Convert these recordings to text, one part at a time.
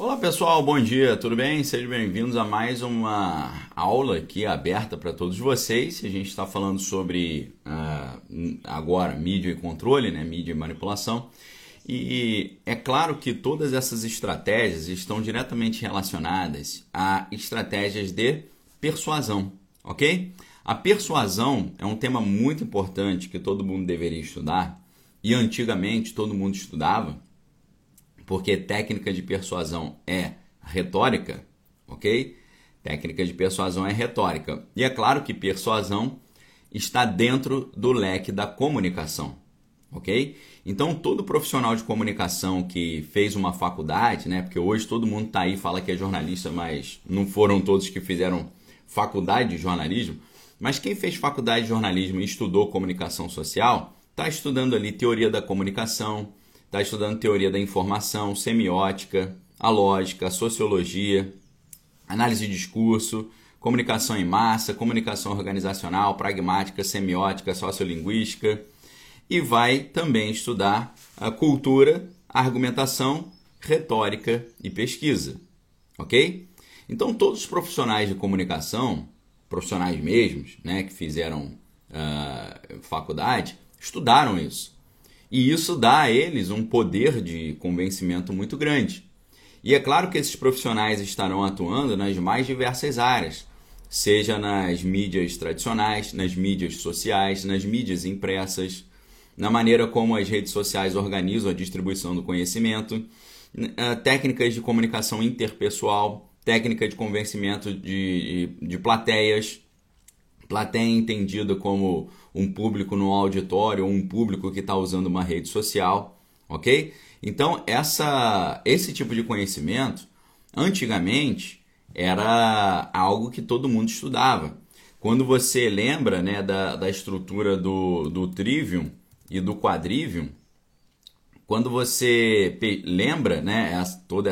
Olá pessoal, bom dia, tudo bem? Sejam bem-vindos a mais uma aula aqui aberta para todos vocês. A gente está falando sobre agora mídia e controle, né? Mídia e manipulação. E é claro que todas essas estratégias estão diretamente relacionadas a estratégias de persuasão, ok? A persuasão é um tema muito importante que todo mundo deveria estudar e antigamente todo mundo estudava, porque técnica de persuasão é retórica, ok? Técnica de persuasão é retórica. E é claro que persuasão está dentro do leque da comunicação, ok? Então, todo profissional de comunicação que fez uma faculdade, né? Porque hoje todo mundo está aí e fala que é jornalista, mas não foram todos que fizeram faculdade de jornalismo. Mas quem fez faculdade de jornalismo e estudou comunicação social, está estudando ali teoria da comunicação, está estudando teoria da informação, semiótica, a lógica, a sociologia, análise de discurso, comunicação em massa, comunicação organizacional, pragmática, semiótica, sociolinguística, e vai também estudar a cultura, a argumentação, retórica e pesquisa, ok? Então todos os profissionais de comunicação, profissionais mesmos, né, que fizeram faculdade, estudaram isso. E isso dá a eles um poder de convencimento muito grande. E é claro que esses profissionais estarão atuando nas mais diversas áreas, seja nas mídias tradicionais, nas mídias sociais, nas mídias impressas, na maneira como as redes sociais organizam a distribuição do conhecimento, técnicas de comunicação interpessoal, técnica de convencimento de plateias, plateia entendida como um público no auditório ou um público que está usando uma rede social, ok? Então, esse tipo de conhecimento, antigamente, era algo que todo mundo estudava. Quando você lembra, né, da estrutura do trivium e do quadrivium, quando você lembra, né,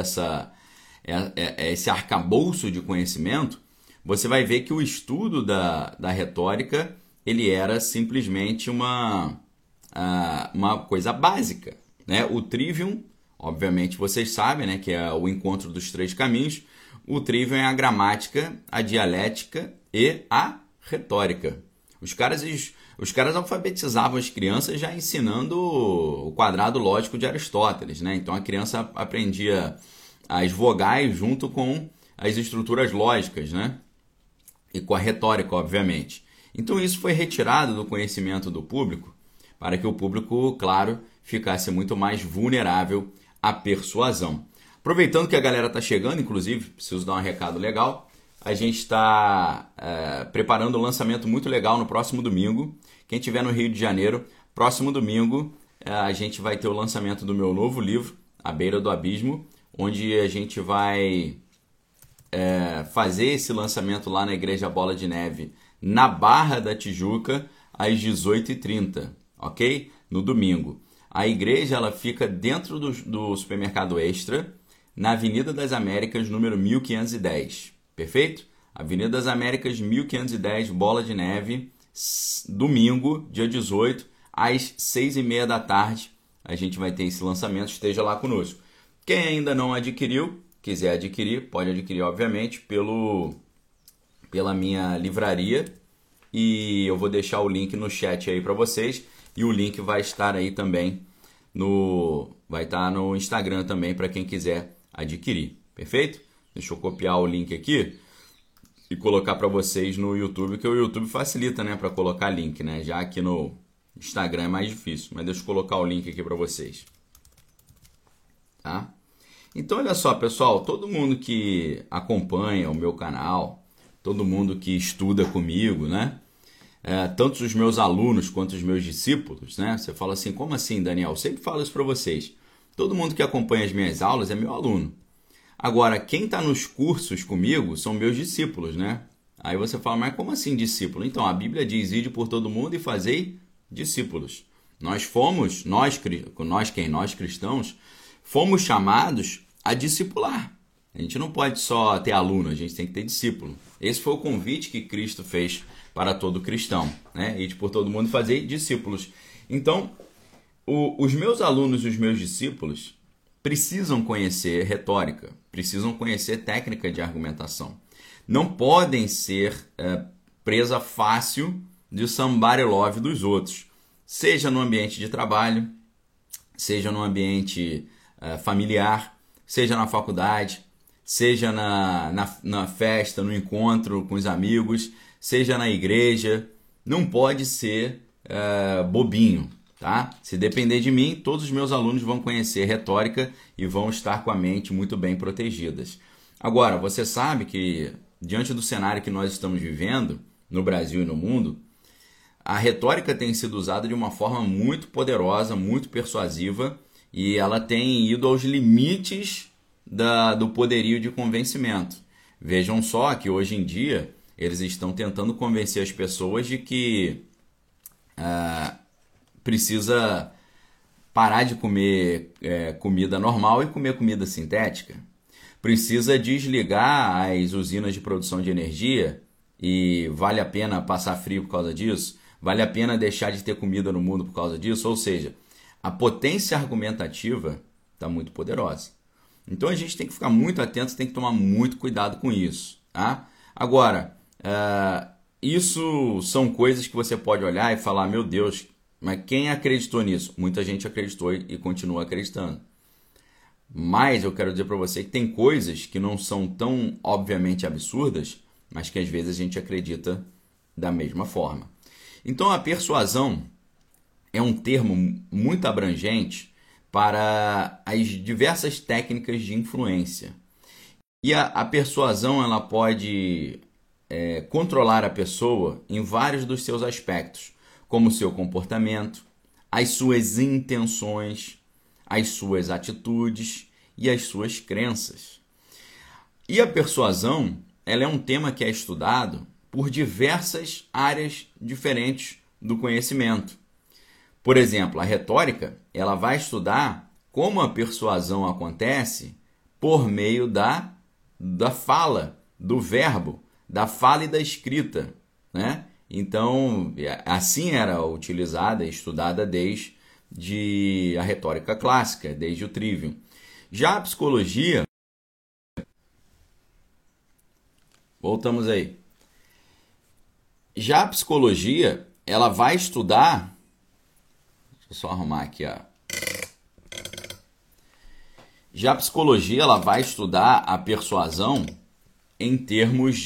esse arcabouço de conhecimento, você vai ver que o estudo da retórica ele era simplesmente uma coisa básica, né? O trivium, obviamente vocês sabem, né, que é o encontro dos três caminhos. O trivium é a gramática, a dialética e a retórica. Os caras alfabetizavam as crianças já ensinando o quadrado lógico de Aristóteles, né? Então a criança aprendia as vogais junto com as estruturas lógicas, né? E com a retórica, obviamente. Então isso foi retirado do conhecimento do público para que o público, claro, ficasse muito mais vulnerável à persuasão. Aproveitando que a galera está chegando, inclusive, preciso dar um recado legal, a gente está preparando um lançamento muito legal no próximo domingo. Quem estiver no Rio de Janeiro, próximo domingo, a gente vai ter o lançamento do meu novo livro, À Beira do Abismo, onde a gente vai fazer esse lançamento lá na Igreja Bola de Neve, na Barra da Tijuca, às 18h30, ok? No domingo. A igreja ela fica dentro do supermercado Extra, na Avenida das Américas, número 1510, perfeito? Avenida das Américas, 1510, Bola de Neve, domingo, dia 18, às 6h30 da tarde, a gente vai ter esse lançamento, esteja lá conosco. Quem ainda não adquiriu, quiser adquirir, pode adquirir, obviamente, pela minha livraria, e eu vou deixar o link no chat aí para vocês, e o link vai estar aí também vai estar no Instagram também para quem quiser adquirir, perfeito? Deixa eu copiar o link aqui e colocar para vocês no YouTube, que o YouTube facilita, né, para colocar link, né? Já aqui no Instagram é mais difícil, mas deixa eu colocar o link aqui para vocês, tá? Então, olha só, pessoal, todo mundo que acompanha o meu canal, todo mundo que estuda comigo, né? Tanto os meus alunos quanto os meus discípulos, né? Você fala assim, como assim, Daniel? Eu sempre falo isso para vocês. Todo mundo que acompanha as minhas aulas é meu aluno. Agora, quem está nos cursos comigo são meus discípulos, né? Aí você fala, mas como assim discípulo? Então, a Bíblia diz, ide por todo mundo e fazei discípulos. Nós cristãos, fomos chamados a discipular. A gente não pode só ter aluno, a gente tem que ter discípulo. Esse foi o convite que Cristo fez para todo cristão, né? Ir por todo mundo e fazer discípulos. Então, os meus alunos e os meus discípulos precisam conhecer retórica, precisam conhecer técnica de argumentação. Não podem ser presa fácil de somebody love dos outros, seja no ambiente de trabalho, seja no ambiente familiar, seja na faculdade, seja na festa, no encontro com os amigos, seja na igreja. Não pode ser bobinho, tá? Se depender de mim, todos os meus alunos vão conhecer retórica e vão estar com a mente muito bem protegidas. Agora, você sabe que, diante do cenário que nós estamos vivendo, no Brasil e no mundo, a retórica tem sido usada de uma forma muito poderosa, muito persuasiva, e ela tem ido aos limites do poderio de convencimento. Vejam só que hoje em dia eles estão tentando convencer as pessoas de que precisa parar de comer comida normal e comer comida sintética. Precisa desligar as usinas de produção de energia e vale a pena passar frio por causa disso? Vale a pena deixar de ter comida no mundo por causa disso? Ou seja, a potência argumentativa está muito poderosa. Então a gente tem que ficar muito atento, tem que tomar muito cuidado com isso. Tá? Agora, isso são coisas que você pode olhar e falar, meu Deus, mas quem acreditou nisso? Muita gente acreditou e continua acreditando. Mas eu quero dizer para você que tem coisas que não são tão obviamente absurdas, mas que às vezes a gente acredita da mesma forma. Então a persuasão é um termo muito abrangente para as diversas técnicas de influência. E a persuasão ela pode controlar a pessoa em vários dos seus aspectos, como o seu comportamento, as suas intenções, as suas atitudes e as suas crenças. E a persuasão ela é um tema que é estudado por diversas áreas diferentes do conhecimento. Por exemplo, a retórica ela vai estudar como a persuasão acontece por meio da fala, do verbo, da fala e da escrita, né? Então, assim era utilizada e estudada desde a retórica clássica, desde o Trivium. Já a psicologia... Voltamos aí. Já a psicologia, ela vai estudar... Deixa eu só arrumar aqui, ó. Já a psicologia, ela vai estudar a persuasão em termos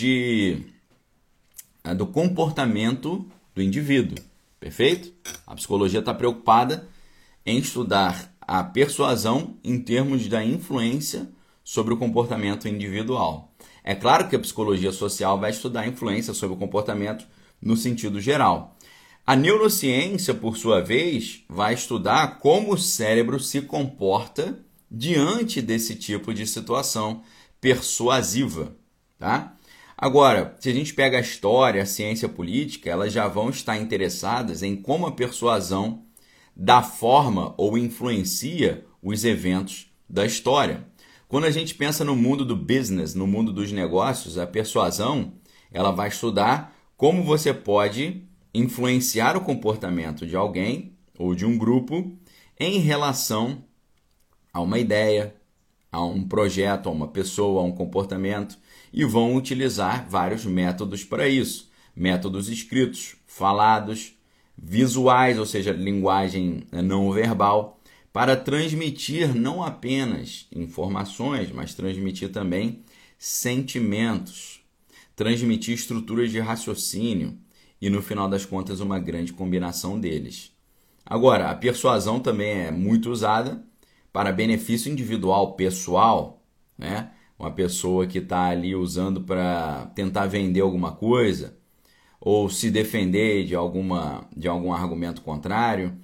do comportamento do indivíduo, perfeito? A psicologia está preocupada em estudar a persuasão em termos da influência sobre o comportamento individual. É claro que a psicologia social vai estudar a influência sobre o comportamento no sentido geral. A neurociência, por sua vez, vai estudar como o cérebro se comporta diante desse tipo de situação persuasiva, tá? Agora, se a gente pega a história, a ciência política, elas já vão estar interessadas em como a persuasão dá forma ou influencia os eventos da história. Quando a gente pensa no mundo do business, no mundo dos negócios, a persuasão ela vai estudar como você pode influenciar o comportamento de alguém ou de um grupo em relação a uma ideia, a um projeto, a uma pessoa, a um comportamento, e vão utilizar vários métodos para isso. Métodos escritos, falados, visuais, ou seja, linguagem não verbal, para transmitir não apenas informações, mas transmitir também sentimentos, transmitir estruturas de raciocínio e, no final das contas, uma grande combinação deles. Agora, a persuasão também é muito usada para benefício individual, pessoal, né? Uma pessoa que está ali usando para tentar vender alguma coisa, ou se defender de algum argumento contrário,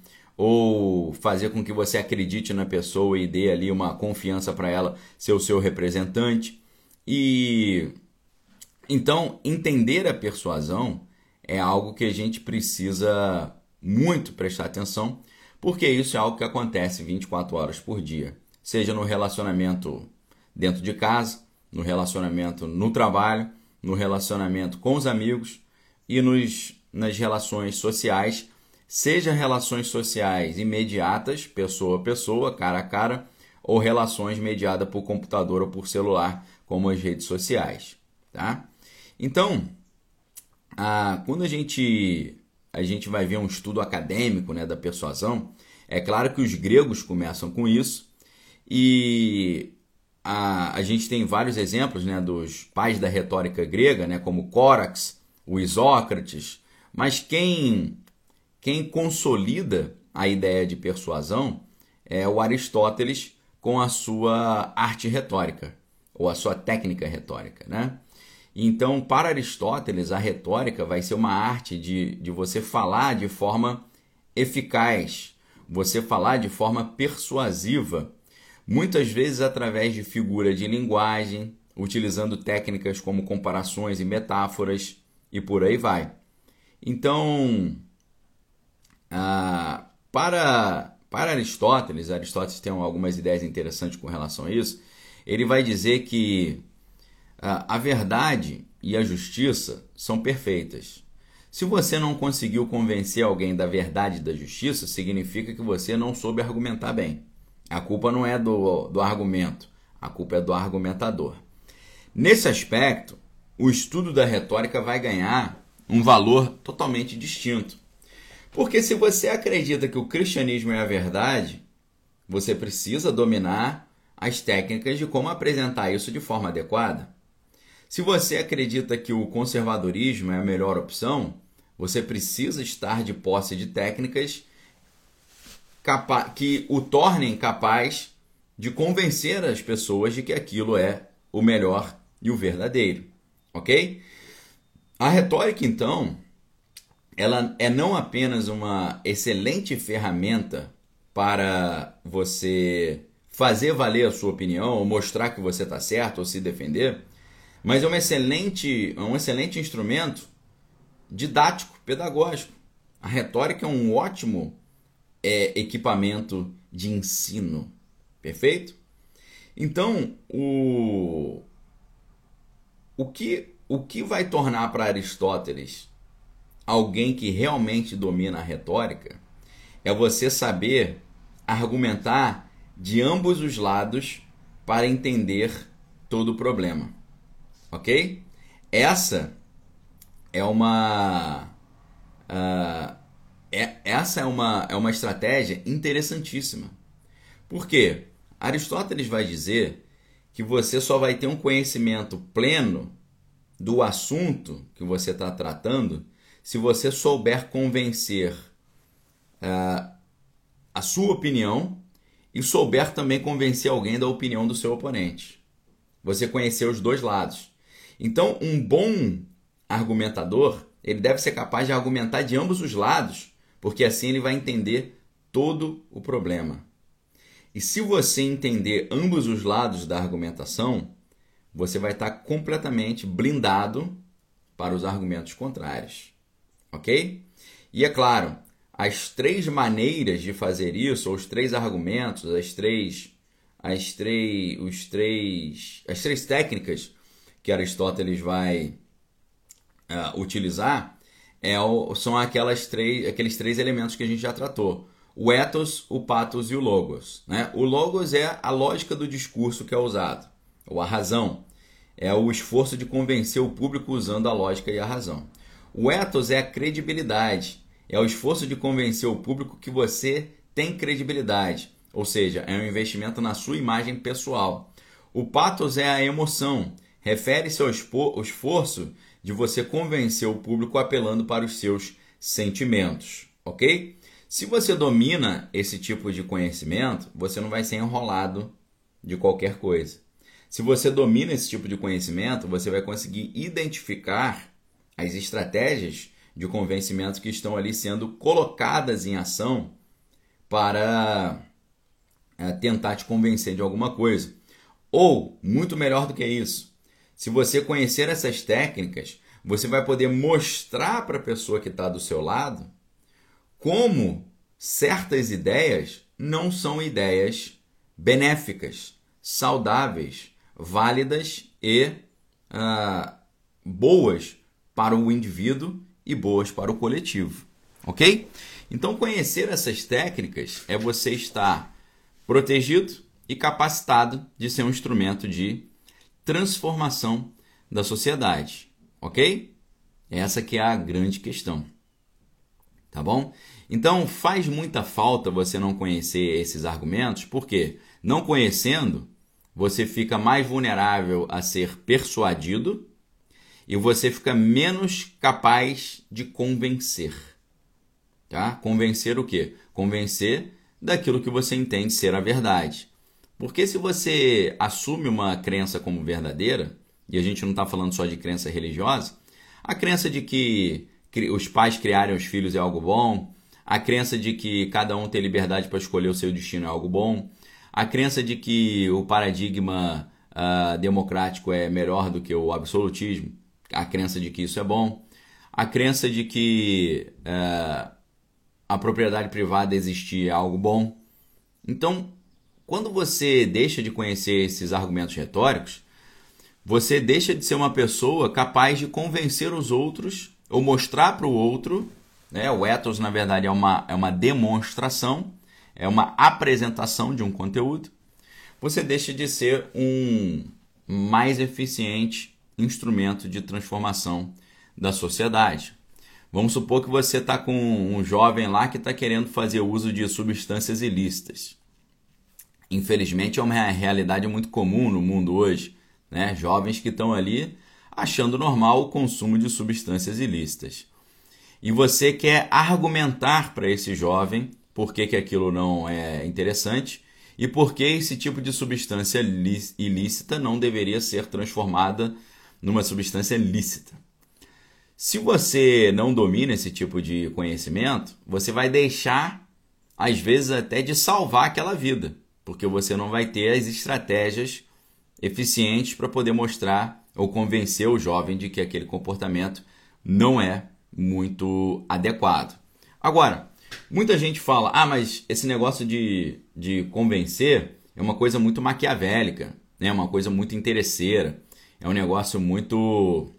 ou fazer com que você acredite na pessoa e dê ali uma confiança para ela ser o seu representante. E então, entender a persuasão é algo que a gente precisa muito prestar atenção, porque isso é algo que acontece 24 horas por dia, seja no relacionamento dentro de casa, no relacionamento no trabalho, no relacionamento com os amigos e nas relações sociais, seja relações sociais imediatas, pessoa a pessoa, cara a cara, ou relações mediadas por computador ou por celular, como as redes sociais. Tá? Então, quando a gente vai ver um estudo acadêmico, né, da persuasão, é claro que os gregos começam com isso, e a gente tem vários exemplos, né, dos pais da retórica grega, né, como Córax, o Isócrates, mas quem consolida a ideia de persuasão é o Aristóteles com a sua arte retórica, ou a sua técnica retórica, né? Então, para Aristóteles, a retórica vai ser uma arte de você falar de forma eficaz, você falar de forma persuasiva, muitas vezes através de figura de linguagem, utilizando técnicas como comparações e metáforas, e por aí vai. Então, para Aristóteles tem algumas ideias interessantes com relação a isso. Ele vai dizer que a verdade e a justiça são perfeitas. Se você não conseguiu convencer alguém da verdade e da justiça, significa que você não soube argumentar bem. A culpa não é do argumento, a culpa é do argumentador. Nesse aspecto, o estudo da retórica vai ganhar um valor totalmente distinto. Porque se você acredita que o cristianismo é a verdade, você precisa dominar as técnicas de como apresentar isso de forma adequada. Se você acredita que o conservadorismo é a melhor opção, você precisa estar de posse de técnicas que o tornem capaz de convencer as pessoas de que aquilo é o melhor e o verdadeiro, ok? A retórica, então, ela é não apenas uma excelente ferramenta para você fazer valer a sua opinião, ou mostrar que você está certo, ou se defender, mas é um excelente instrumento didático, pedagógico. A retórica é um ótimo equipamento de ensino, perfeito? Então, o que vai tornar para Aristóteles alguém que realmente domina a retórica é você saber argumentar de ambos os lados para entender todo o problema, ok? Essa é uma estratégia interessantíssima. Por quê? Aristóteles vai dizer que você só vai ter um conhecimento pleno do assunto que você está tratando se você souber convencer a sua opinião e souber também convencer alguém da opinião do seu oponente. Você conhecer os dois lados. Então, um bom argumentador, ele deve ser capaz de argumentar de ambos os lados, porque assim ele vai entender todo o problema. E se você entender ambos os lados da argumentação, você vai estar completamente blindado para os argumentos contrários. Ok? E é claro, as três maneiras de fazer isso, ou os três argumentos, as três técnicas que Aristóteles vai utilizar, são aqueles três elementos que a gente já tratou. O ethos, o pathos e o logos, né? O logos é a lógica do discurso que é usado, ou a razão. É o esforço de convencer o público usando a lógica e a razão. O ethos é a credibilidade. É o esforço de convencer o público que você tem credibilidade. Ou seja, é um investimento na sua imagem pessoal. O pathos é a emoção. Refere-se ao esforço de você convencer o público apelando para os seus sentimentos. Ok? Se você domina esse tipo de conhecimento, você não vai ser enrolado de qualquer coisa. Se você domina esse tipo de conhecimento, você vai conseguir identificar as estratégias de convencimento que estão ali sendo colocadas em ação para tentar te convencer de alguma coisa. Ou, muito melhor do que isso, se você conhecer essas técnicas, você vai poder mostrar para a pessoa que está do seu lado como certas ideias não são ideias benéficas, saudáveis, válidas e boas para o indivíduo e boas para o coletivo, ok? Então, conhecer essas técnicas é você estar protegido e capacitado de ser um instrumento de transformação da sociedade, ok? Essa que é a grande questão, tá bom? Então faz muita falta você não conhecer esses argumentos, porque não conhecendo, você fica mais vulnerável a ser persuadido e você fica menos capaz de convencer, tá? Convencer o quê? Convencer daquilo que você entende ser a verdade. Porque se você assume uma crença como verdadeira, e a gente não está falando só de crença religiosa, a crença de que os pais criarem os filhos é algo bom, a crença de que cada um tem liberdade para escolher o seu destino é algo bom, a crença de que o paradigma democrático é melhor do que o absolutismo, a crença de que isso é bom, a crença de que a propriedade privada existir é algo bom. Então, quando você deixa de conhecer esses argumentos retóricos, você deixa de ser uma pessoa capaz de convencer os outros ou mostrar para o outro, né? O ethos, na verdade, é uma demonstração, é uma apresentação de um conteúdo. Você deixa de ser um mais eficiente instrumento de transformação da sociedade. Vamos supor que você está com um jovem lá que está querendo fazer uso de substâncias ilícitas. Infelizmente é uma realidade muito comum no mundo hoje, né? Jovens que estão ali achando normal o consumo de substâncias ilícitas. E você quer argumentar para esse jovem por que aquilo não é interessante e por que esse tipo de substância ilícita não deveria ser transformada numa substância lícita. Se você não domina esse tipo de conhecimento, você vai deixar, às vezes, até de salvar aquela vida, porque você não vai ter as estratégias eficientes para poder mostrar ou convencer o jovem de que aquele comportamento não é muito adequado. Agora, muita gente fala, mas esse negócio de convencer é uma coisa muito maquiavélica, né? Uma coisa muito interesseira, é um negócio muito...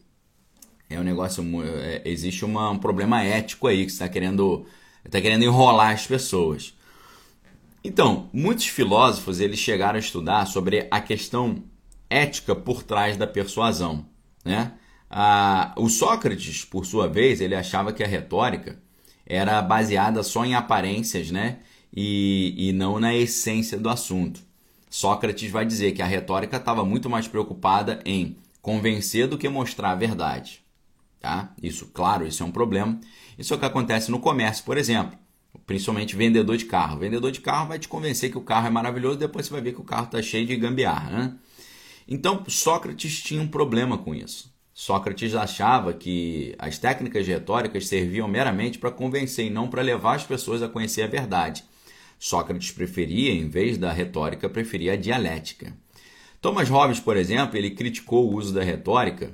existe um problema ético aí, que você está querendo enrolar as pessoas. Então, muitos filósofos eles chegaram a estudar sobre a questão ética por trás da persuasão, né? O Sócrates, por sua vez, ele achava que a retórica era baseada só em aparências, né? E não na essência do assunto. Sócrates vai dizer que a retórica estava muito mais preocupada em convencer do que mostrar a verdade. Tá? Isso, claro, isso é um problema. Isso é o que acontece no comércio, por exemplo. Principalmente vendedor de carro. O vendedor de carro vai te convencer que o carro é maravilhoso, depois você vai ver que o carro está cheio de gambiarra, né? Então, Sócrates tinha um problema com isso. Sócrates achava que as técnicas retóricas serviam meramente para convencer e não para levar as pessoas a conhecer a verdade. Sócrates preferia, em vez da retórica, preferia a dialética. Thomas Hobbes, por exemplo, ele criticou o uso da retórica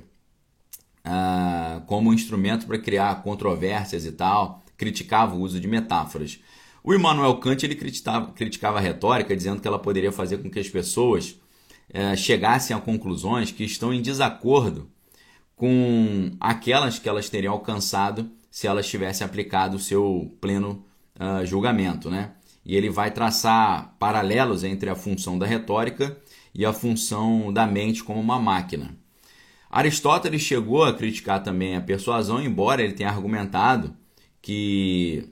como um instrumento para criar controvérsias e tal, criticava o uso de metáforas. O Immanuel Kant ele criticava a retórica, dizendo que ela poderia fazer com que as pessoas chegassem a conclusões que estão em desacordo com aquelas que elas teriam alcançado se elas tivessem aplicado o seu pleno julgamento, né? E ele vai traçar paralelos entre a função da retórica e a função da mente como uma máquina. Aristóteles chegou a criticar também a persuasão, embora ele tenha argumentado que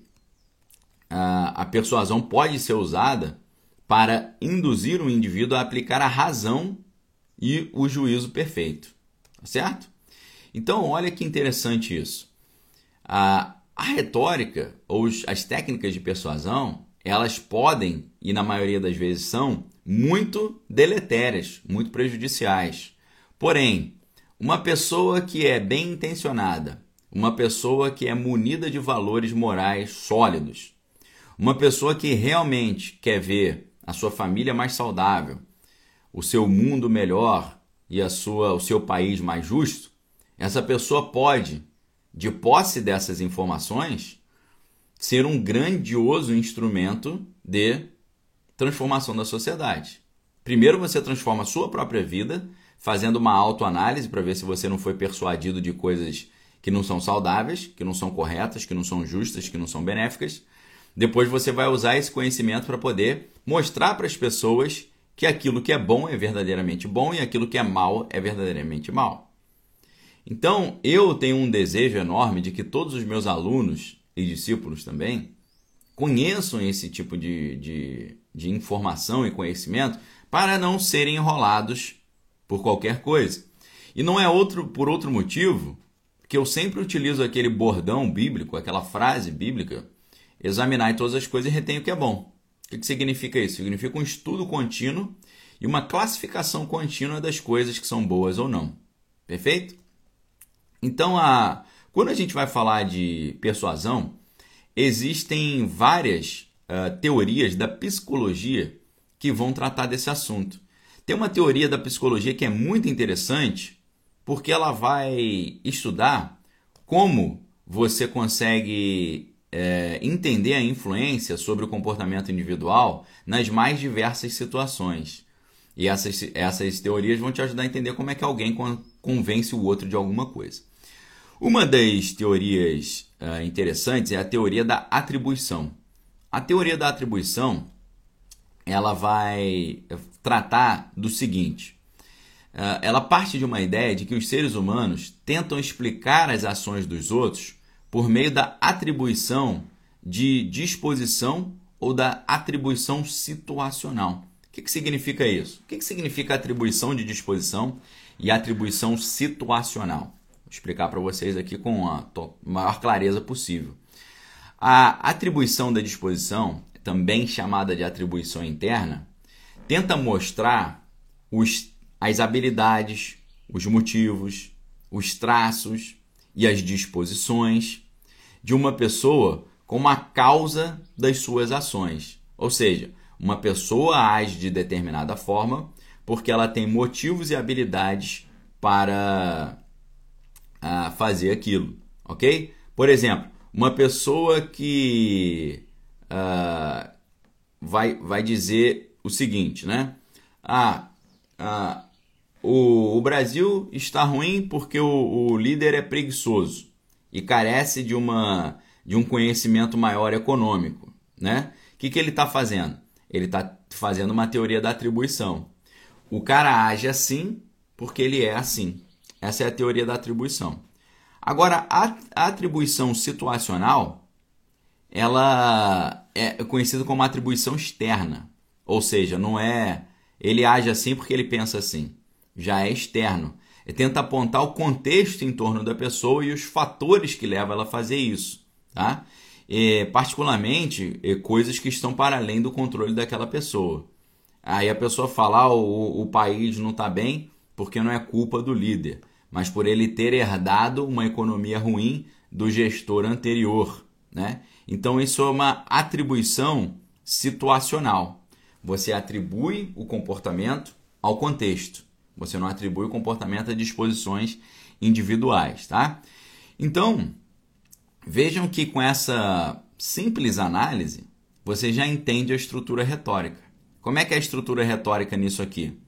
a persuasão pode ser usada para induzir o indivíduo a aplicar a razão e o juízo perfeito. Certo? Então, olha que interessante isso. A retórica ou as técnicas de persuasão, elas podem, e na maioria das vezes são, muito deletérias, muito prejudiciais. Porém, uma pessoa que é bem intencionada, uma pessoa que é munida de valores morais sólidos, uma pessoa que realmente quer ver a sua família mais saudável, o seu mundo melhor e o seu país mais justo, essa pessoa pode, de posse dessas informações, ser um grandioso instrumento de transformação da sociedade. Primeiro você transforma a sua própria vida, fazendo uma autoanálise para ver se você não foi persuadido de coisas que não são saudáveis, que não são corretas, que não são justas, que não são benéficas. Depois você vai usar esse conhecimento para poder mostrar para as pessoas que aquilo que é bom é verdadeiramente bom e aquilo que é mal é verdadeiramente mal. Então, eu tenho um desejo enorme de que todos os meus alunos e discípulos também conheçam esse tipo de informação e conhecimento para não serem enrolados por qualquer coisa. E não é por outro motivo que eu sempre utilizo aquele bordão bíblico, aquela frase bíblica: examinai todas as coisas e retém o que é bom. O que significa isso? Significa um estudo contínuo e uma classificação contínua das coisas que são boas ou não. Perfeito? Então, quando a gente vai falar de persuasão, existem várias teorias da psicologia que vão tratar desse assunto. Tem uma teoria da psicologia que é muito interessante, porque ela vai estudar como você consegue entender a influência sobre o comportamento individual nas mais diversas situações. E essas teorias vão te ajudar a entender como é que alguém convence o outro de alguma coisa. Uma das teorias interessantes é a teoria da atribuição. A teoria da atribuição, ela vai tratar do seguinte: ela parte de uma ideia de que os seres humanos tentam explicar as ações dos outros por meio da atribuição de disposição ou da atribuição situacional. O que significa isso? O que significa atribuição de disposição e atribuição situacional? Vou explicar para vocês aqui com a maior clareza possível. A atribuição da disposição, também chamada de atribuição interna, tenta mostrar as habilidades, os motivos, os traços e as disposições de uma pessoa como a causa das suas ações. Ou seja, uma pessoa age de determinada forma porque ela tem motivos e habilidades para fazer aquilo, ok? Por exemplo, uma pessoa que vai dizer o seguinte, né? O Brasil está ruim porque o líder é preguiçoso e carece de um conhecimento maior econômico, né? O que ele está fazendo? Ele está fazendo uma teoria da atribuição. O cara age assim porque ele é assim. Essa é a teoria da atribuição. Agora, a atribuição situacional, ela é conhecida como atribuição externa. Ou seja, não é ele age assim porque ele pensa assim. Já é externo. Tenta apontar o contexto em torno da pessoa e os fatores que levam ela a fazer isso. Tá? Particularmente, coisas que estão para além do controle daquela pessoa. Aí a pessoa fala, o país não está bem porque não é culpa do líder, mas por ele ter herdado uma economia ruim do gestor anterior, né? Então isso é uma atribuição situacional. Você atribui o comportamento ao contexto. Você não atribui o comportamento a disposições individuais, tá? Então, vejam que com essa simples análise, você já entende a estrutura retórica. Como é que é a estrutura retórica nisso aqui?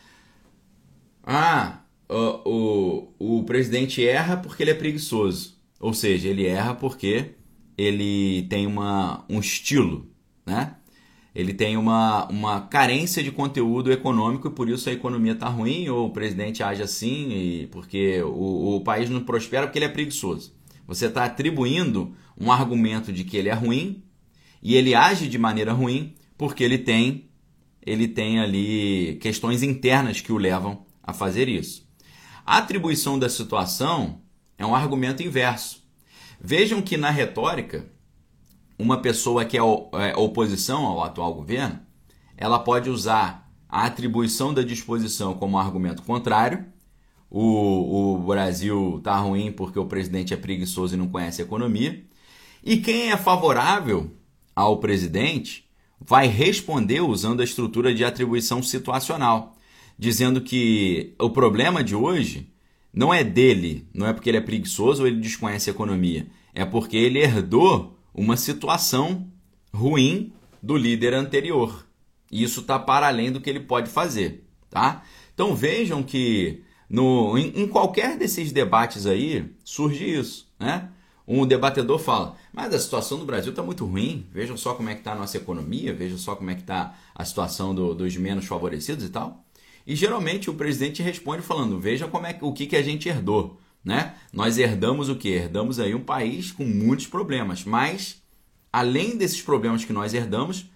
O presidente erra porque ele é preguiçoso. Ou seja, ele erra porque ele tem um estilo, né? Ele tem uma carência de conteúdo econômico e por isso a economia está ruim, ou o presidente age assim porque o país não prospera porque ele é preguiçoso. Você está atribuindo um argumento de que ele é ruim e ele age de maneira ruim porque ele tem ali questões internas que o levam a fazer isso. A atribuição da situação é um argumento inverso. Vejam que na retórica, uma pessoa que é oposição ao atual governo, ela pode usar a atribuição da disposição como argumento contrário. O Brasil está ruim porque o presidente é preguiçoso e não conhece a economia. E quem é favorável ao presidente vai responder usando a estrutura de atribuição situacional, dizendo que o problema de hoje não é dele, não é porque ele é preguiçoso ou ele desconhece a economia, é porque ele herdou uma situação ruim do líder anterior. E isso está para além do que ele pode fazer, tá? Então vejam que em qualquer desses debates aí surge isso, né? um debatedor fala, mas a situação do Brasil está muito ruim, vejam só como é que está a nossa economia, vejam só como é que está a situação dos menos favorecidos e tal. E geralmente o presidente responde falando, veja o que a gente herdou. Né? Nós herdamos o quê? Herdamos aí um país com muitos problemas, mas além desses problemas que nós herdamos,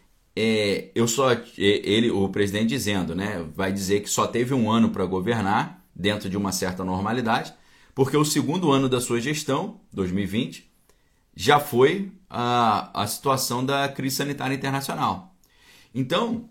o presidente dizendo, né, vai dizer que só teve um ano para governar dentro de uma certa normalidade, porque o segundo ano da sua gestão, 2020, já foi a situação da crise sanitária internacional. Então,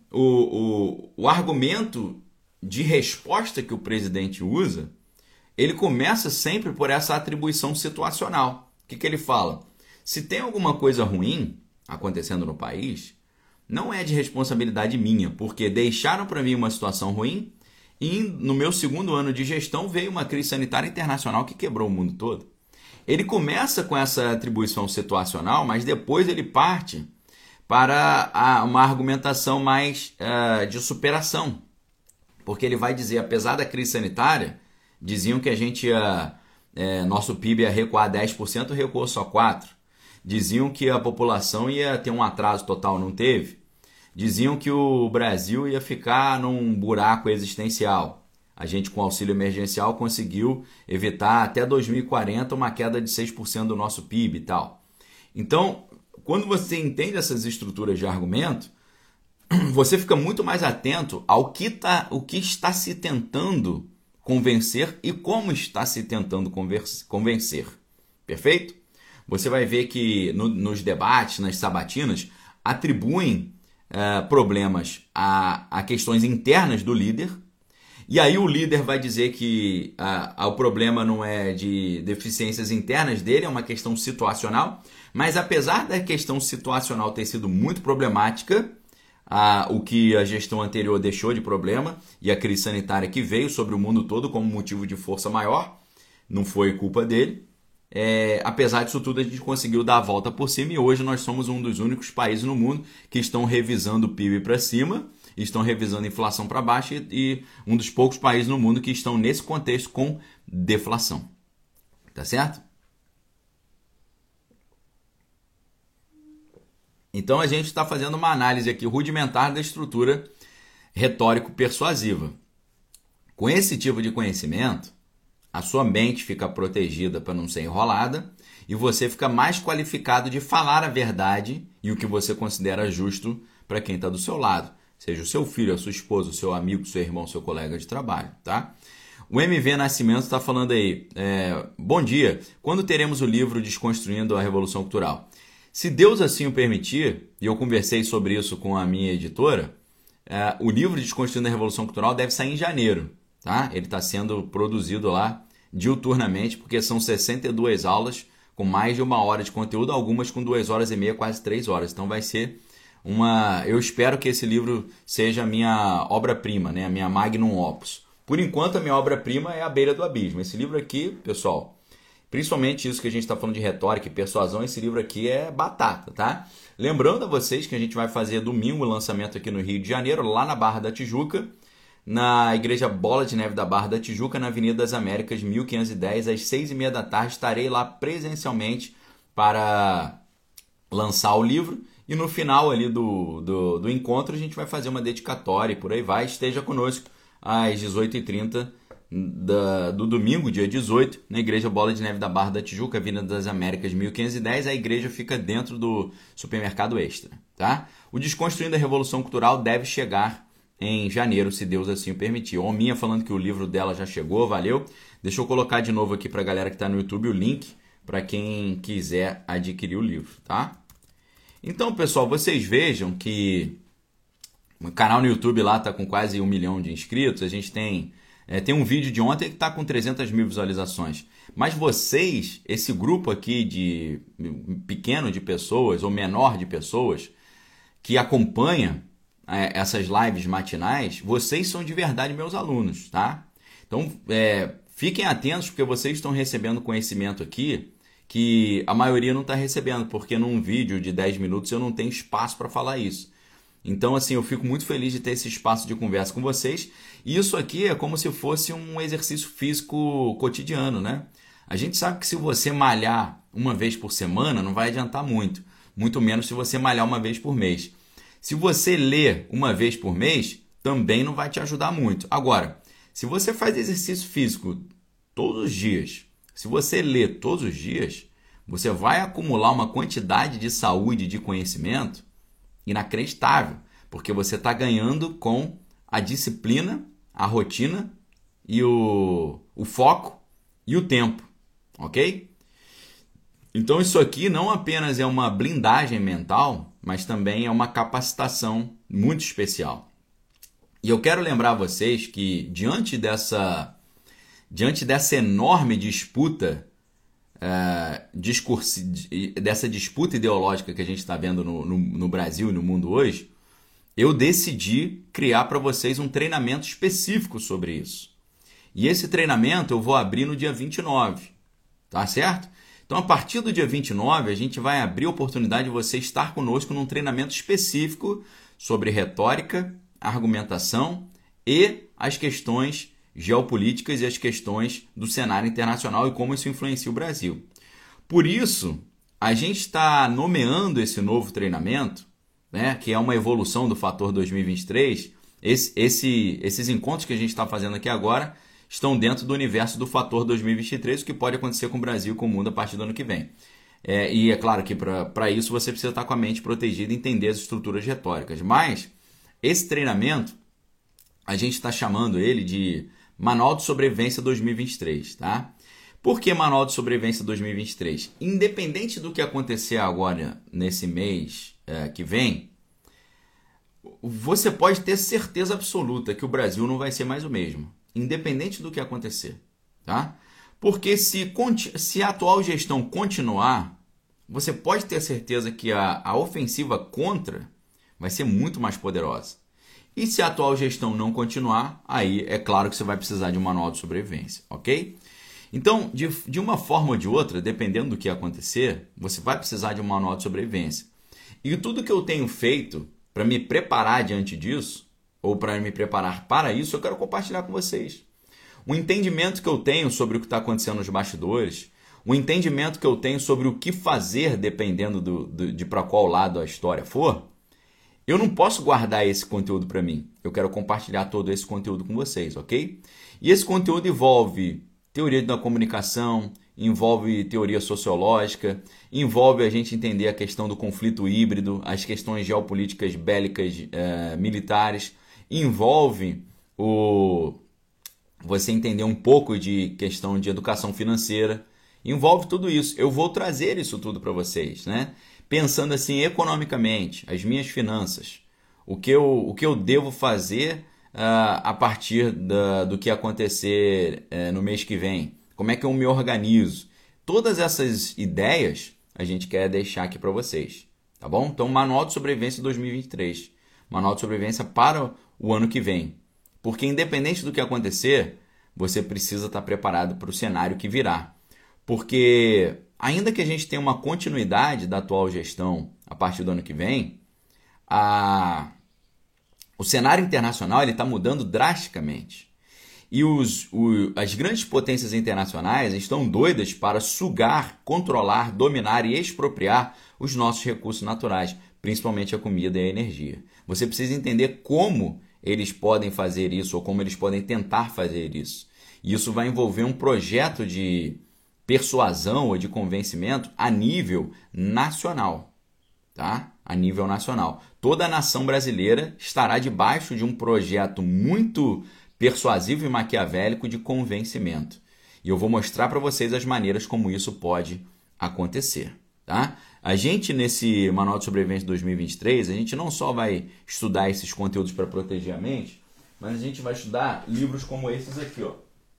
o argumento de resposta que o presidente usa, ele começa sempre por essa atribuição situacional. O que ele fala? Se tem alguma coisa ruim acontecendo no país, não é de responsabilidade minha, porque deixaram para mim uma situação ruim e no meu segundo ano de gestão veio uma crise sanitária internacional que quebrou o mundo todo. Ele começa com essa atribuição situacional, mas depois ele parte para uma argumentação mais de superação. Porque ele vai dizer, apesar da crise sanitária, diziam que a gente nosso PIB ia recuar 10%, recuou só 4%. Diziam que a população ia ter um atraso total, não teve. Diziam que o Brasil ia ficar num buraco existencial. A gente, com auxílio emergencial, conseguiu evitar até 2040 uma queda de 6% do nosso PIB e tal. Então, quando você entende essas estruturas de argumento, você fica muito mais atento ao que está se tentando convencer e como está se tentando convencer. Perfeito? Você vai ver que nos debates, nas sabatinas, atribuem problemas a questões internas do líder. E aí o líder vai dizer que o problema não é de deficiências internas dele, é uma questão situacional. Mas apesar da questão situacional ter sido muito problemática, o que a gestão anterior deixou de problema e a crise sanitária que veio sobre o mundo todo como motivo de força maior, não foi culpa dele. Apesar disso tudo, a gente conseguiu dar a volta por cima e hoje nós somos um dos únicos países no mundo que estão revisando o PIB para cima, estão revisando a inflação para baixo e um dos poucos países no mundo que estão nesse contexto com deflação. Tá certo? Então a gente está fazendo uma análise aqui rudimentar da estrutura retórico-persuasiva. Com esse tipo de conhecimento, a sua mente fica protegida para não ser enrolada e você fica mais qualificado de falar a verdade e o que você considera justo para quem está do seu lado. Seja o seu filho, a sua esposa, o seu amigo, seu irmão, seu colega de trabalho, tá? O MV Nascimento está falando aí, bom dia, quando teremos o livro Desconstruindo a Revolução Cultural? Se Deus assim o permitir, e eu conversei sobre isso com a minha editora, o livro Desconstruindo a Revolução Cultural deve sair em janeiro. Tá? Ele está sendo produzido lá diuturnamente, porque são 62 aulas com mais de 1 hora de conteúdo, algumas com 2 horas e meia, quase 3 horas. Então vai ser eu espero que esse livro seja a minha obra-prima, né? A minha magnum opus. Por enquanto, a minha obra-prima é A Beira do Abismo. Esse livro aqui, pessoal, principalmente isso que a gente está falando de retórica e persuasão, esse livro aqui é batata, tá? Lembrando a vocês que a gente vai fazer domingo o lançamento aqui no Rio de Janeiro, lá na Barra da Tijuca, na Igreja Bola de Neve da Barra da Tijuca, na Avenida das Américas, 1510, às 6h30 da tarde. Estarei lá presencialmente para lançar o livro. E no final ali do encontro a gente vai fazer uma dedicatória e por aí vai. Esteja conosco às 18h30 do domingo, dia 18, na Igreja Bola de Neve da Barra da Tijuca, Avenida das Américas, 1510. A igreja fica dentro do supermercado Extra. Tá? O Desconstruindo a Revolução Cultural deve chegar em janeiro, se Deus assim o permitir. A Ominha falando que o livro dela já chegou, valeu. Deixa eu colocar de novo aqui para a galera que está no YouTube o link para quem quiser adquirir o livro, tá? Então, pessoal, vocês vejam que o canal no YouTube lá está com quase 1 milhão de inscritos. A gente tem um vídeo de ontem que está com 300 mil visualizações. Mas vocês, esse grupo aqui de pequeno de pessoas ou menor de pessoas que acompanha essas lives matinais, vocês são de verdade meus alunos, tá? Então, fiquem atentos porque vocês estão recebendo conhecimento aqui que a maioria não está recebendo, porque num vídeo de 10 minutos eu não tenho espaço para falar isso. Então, assim, eu fico muito feliz de ter esse espaço de conversa com vocês. E isso aqui é como se fosse um exercício físico cotidiano, né? A gente sabe que se você malhar uma vez por semana não vai adiantar muito. Muito menos se você malhar uma vez por mês. Se você ler uma vez por mês, também não vai te ajudar muito. Agora, se você faz exercício físico todos os dias, se você lê todos os dias, você vai acumular uma quantidade de saúde e de conhecimento inacreditável, porque você está ganhando com a disciplina, a rotina e o foco e o tempo, ok? Então isso aqui não apenas é uma blindagem mental, mas também é uma capacitação muito especial. E eu quero lembrar vocês que diante dessa enorme disputa, dessa disputa ideológica que a gente está vendo no Brasil e no mundo hoje, eu decidi criar para vocês um treinamento específico sobre isso. E esse treinamento eu vou abrir no dia 29, tá certo? Então, a partir do dia 29, a gente vai abrir a oportunidade de você estar conosco num treinamento específico sobre retórica, argumentação e as questões geopolíticas e as questões do cenário internacional e como isso influencia o Brasil. Por isso, a gente está nomeando esse novo treinamento, né, que é uma evolução do Fator 2023. Esses encontros que a gente está fazendo aqui agora estão dentro do universo do Fator 2023, o que pode acontecer com o Brasil e com o mundo a partir do ano que vem. E é claro que para isso você precisa estar com a mente protegida e entender as estruturas retóricas. Mas esse treinamento, a gente está chamando ele de Manual de Sobrevivência 2023, tá? Por que Manual de Sobrevivência 2023? Independente do que acontecer agora nesse mês que vem, você pode ter certeza absoluta que o Brasil não vai ser mais o mesmo. Independente do que acontecer, tá? Porque se a atual gestão continuar, você pode ter certeza que a ofensiva contra vai ser muito mais poderosa. E se a atual gestão não continuar, aí é claro que você vai precisar de um manual de sobrevivência, ok? Então, de uma forma ou de outra, dependendo do que acontecer, você vai precisar de um manual de sobrevivência. E tudo que eu tenho feito para me preparar diante disso, ou para me preparar para isso, eu quero compartilhar com vocês. O entendimento que eu tenho sobre o que está acontecendo nos bastidores, o entendimento que eu tenho sobre o que fazer dependendo de para qual lado a história for, eu não posso guardar esse conteúdo para mim. Eu quero compartilhar todo esse conteúdo com vocês, ok? E esse conteúdo envolve teoria da comunicação, envolve teoria sociológica, envolve a gente entender a questão do conflito híbrido, as questões geopolíticas bélicas militares, envolve você entender um pouco de questão de educação financeira, envolve tudo isso. Eu vou trazer isso tudo para vocês, né? Pensando assim economicamente, as minhas finanças, o que eu devo fazer a partir do que acontecer no mês que vem, como é que eu me organizo. Todas essas ideias a gente quer deixar aqui para vocês, tá bom? Então, Manual de Sobrevivência 2023, Manual de Sobrevivência para o ano que vem. Porque independente do que acontecer, você precisa estar preparado para o cenário que virá. Porque ainda que a gente tenha uma continuidade da atual gestão a partir do ano que vem, o cenário internacional está mudando drasticamente. E as grandes potências internacionais estão doidas para sugar, controlar, dominar e expropriar os nossos recursos naturais, principalmente a comida e a energia. Você precisa entender como eles podem fazer isso ou como eles podem tentar fazer isso. E isso vai envolver um projeto de persuasão ou de convencimento a nível nacional, tá? A nível nacional. Toda a nação brasileira estará debaixo de um projeto muito persuasivo e maquiavélico de convencimento. E eu vou mostrar para vocês as maneiras como isso pode acontecer, tá? A gente, nesse Manual de Sobrevivência 2023, a gente não só vai estudar esses conteúdos para proteger a mente, mas a gente vai estudar livros como esses aqui, ó.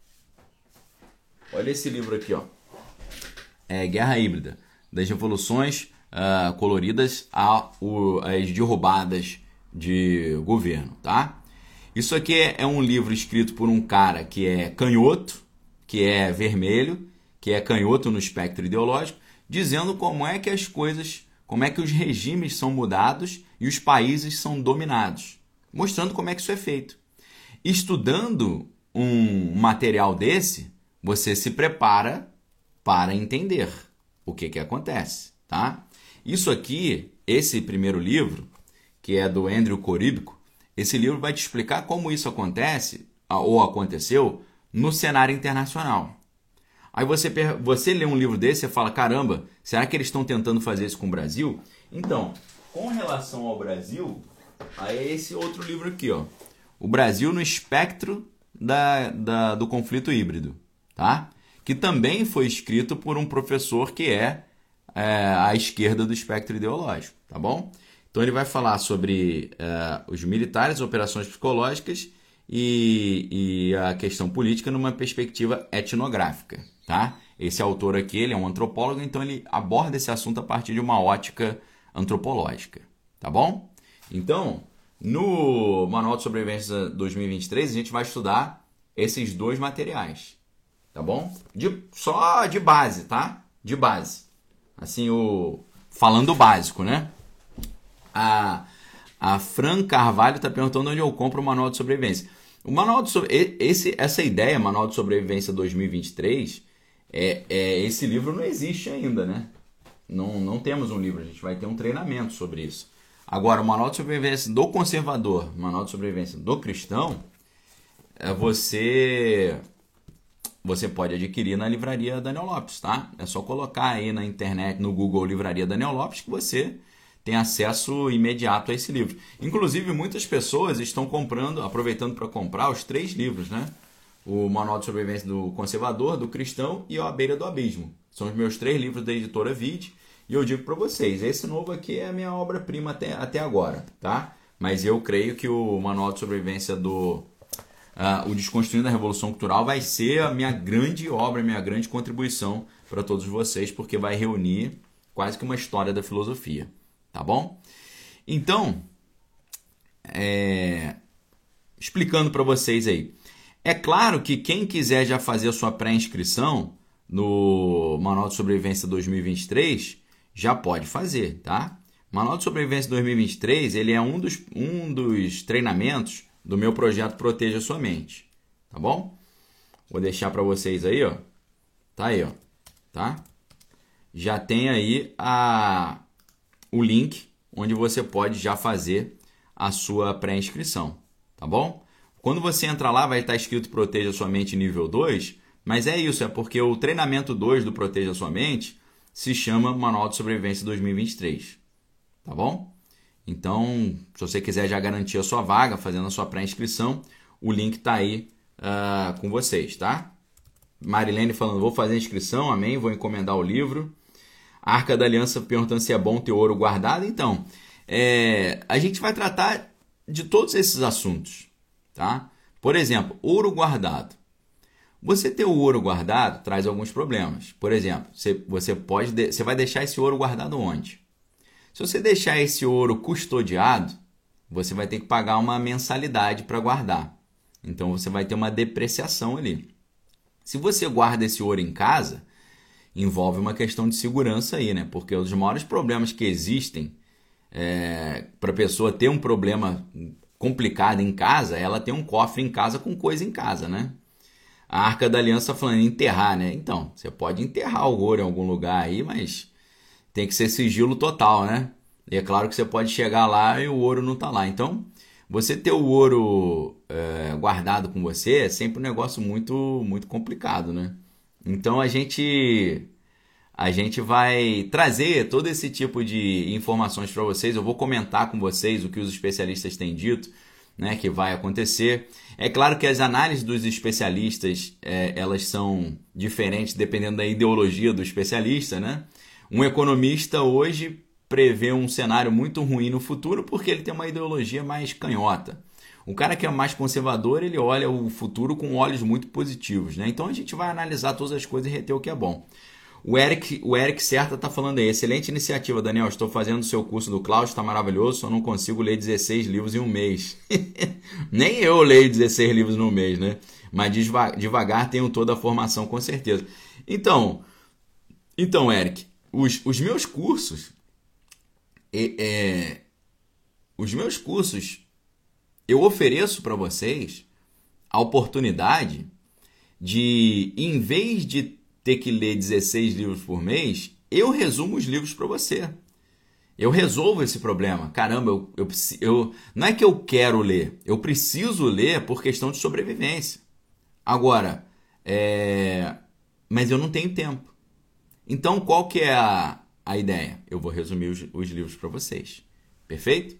Olha esse livro aqui, ó. Guerra Híbrida, das revoluções coloridas às derrubadas de governo, tá? Isso aqui é um livro escrito por um cara que é canhoto, que é vermelho, que é canhoto no espectro ideológico, dizendo como é que as coisas, como é que os regimes são mudados e os países são dominados, mostrando como é que isso é feito. Estudando um material desse, você se prepara para entender, o que que acontece, tá? Isso aqui, esse primeiro livro, que é do Andrew Coríbico, esse livro vai te explicar como isso acontece, ou aconteceu, no cenário internacional. Aí você lê um livro desse e fala, caramba, será que eles estão tentando fazer isso com o Brasil? Então, com relação ao Brasil, aí é esse outro livro aqui, ó. O Brasil no espectro do conflito híbrido, tá? Que também foi escrito por um professor que é à esquerda do espectro ideológico, tá bom? Então ele vai falar sobre os militares, operações psicológicas e a questão política numa perspectiva etnográfica, tá? Esse autor aqui, ele é um antropólogo, então ele aborda esse assunto a partir de uma ótica antropológica, tá bom? Então, no Manual de Sobrevivência 2023, a gente vai estudar esses dois materiais, tá bom? Só de base, tá? De base. Assim, falando o básico, né? A Fran Carvalho está perguntando onde eu compro o Manual de Sobrevivência. O Manual de essa ideia, Manual de Sobrevivência 2023, esse livro não existe ainda, né? Não temos um livro, a gente vai ter um treinamento sobre isso. Agora, o Manual de Sobrevivência do Conservador, o Manual de Sobrevivência do Cristão, você pode adquirir na Livraria Daniel Lopes, tá? É só colocar aí na internet, no Google Livraria Daniel Lopes, que você tem acesso imediato a esse livro. Inclusive, muitas pessoas estão aproveitando para comprar os 3 livros, né? O Manual de Sobrevivência do Conservador, do Cristão e A Beira do Abismo. São os meus 3 livros da editora Vide. E eu digo para vocês, esse novo aqui é a minha obra-prima até agora, tá? Mas eu creio que o Manual de Sobrevivência o Desconstruindo a Revolução Cultural vai ser a minha grande obra, a minha grande contribuição para todos vocês, porque vai reunir quase que uma história da filosofia, tá bom? Então, explicando para vocês aí. É claro que quem quiser já fazer a sua pré-inscrição no Manual de Sobrevivência 2023, já pode fazer, tá? O Manual de Sobrevivência 2023, ele é um dos treinamentos do meu projeto Proteja Sua Mente, tá bom? Vou deixar para vocês aí, ó. Tá aí, ó. Tá? Já tem aí o link onde você pode já fazer a sua pré-inscrição, tá bom? Quando você entrar lá, vai estar escrito Proteja Sua Mente nível 2, mas é isso, é porque o treinamento 2 do Proteja Sua Mente se chama Manual de Sobrevivência 2023, tá bom? Então, se você quiser já garantir a sua vaga, fazendo a sua pré-inscrição, o link está aí com vocês, tá? Marilene falando, vou fazer a inscrição, amém, vou encomendar o livro. Arca da Aliança perguntando se é bom ter ouro guardado. Então, a gente vai tratar de todos esses assuntos, tá? Por exemplo, ouro guardado. Você ter o ouro guardado traz alguns problemas. Por exemplo, você vai deixar esse ouro guardado onde? Se você deixar esse ouro custodiado, você vai ter que pagar uma mensalidade para guardar. Então você vai ter uma depreciação ali. Se você guarda esse ouro em casa, envolve uma questão de segurança aí, né? Porque um dos maiores problemas que existem para a pessoa ter um problema complicado em casa, ela tem um cofre em casa com coisa em casa, né? A Arca da Aliança falando em enterrar, né? Então, você pode enterrar o ouro em algum lugar aí, mas tem que ser sigilo total, né? E é claro que você pode chegar lá e o ouro não está lá. Então, você ter o ouro guardado com você é sempre um negócio muito, muito complicado, né? Então, a gente vai trazer todo esse tipo de informações para vocês. Eu vou comentar com vocês o que os especialistas têm dito, né, que vai acontecer. É claro que as análises dos especialistas elas são diferentes dependendo da ideologia do especialista, né? Um economista hoje prevê um cenário muito ruim no futuro porque ele tem uma ideologia mais canhota. O cara que é mais conservador, ele olha o futuro com olhos muito positivos, né? Então a gente vai analisar todas as coisas e reter o que é bom. O Eric Certa está falando aí, excelente iniciativa, Daniel, estou fazendo o seu curso do Cláudio, está maravilhoso, só não consigo ler 16 livros em um mês. Nem eu leio 16 livros no mês, né? Mas devagar tenho toda a formação, com certeza. Então Eric, os meus cursos, eu ofereço para vocês a oportunidade de, em vez de ter que ler 16 livros por mês, eu resumo os livros para você. Eu resolvo esse problema. Caramba, não é que eu quero ler, eu preciso ler por questão de sobrevivência. Agora, mas eu não tenho tempo. Então, qual que é a ideia? Eu vou resumir os livros para vocês. Perfeito?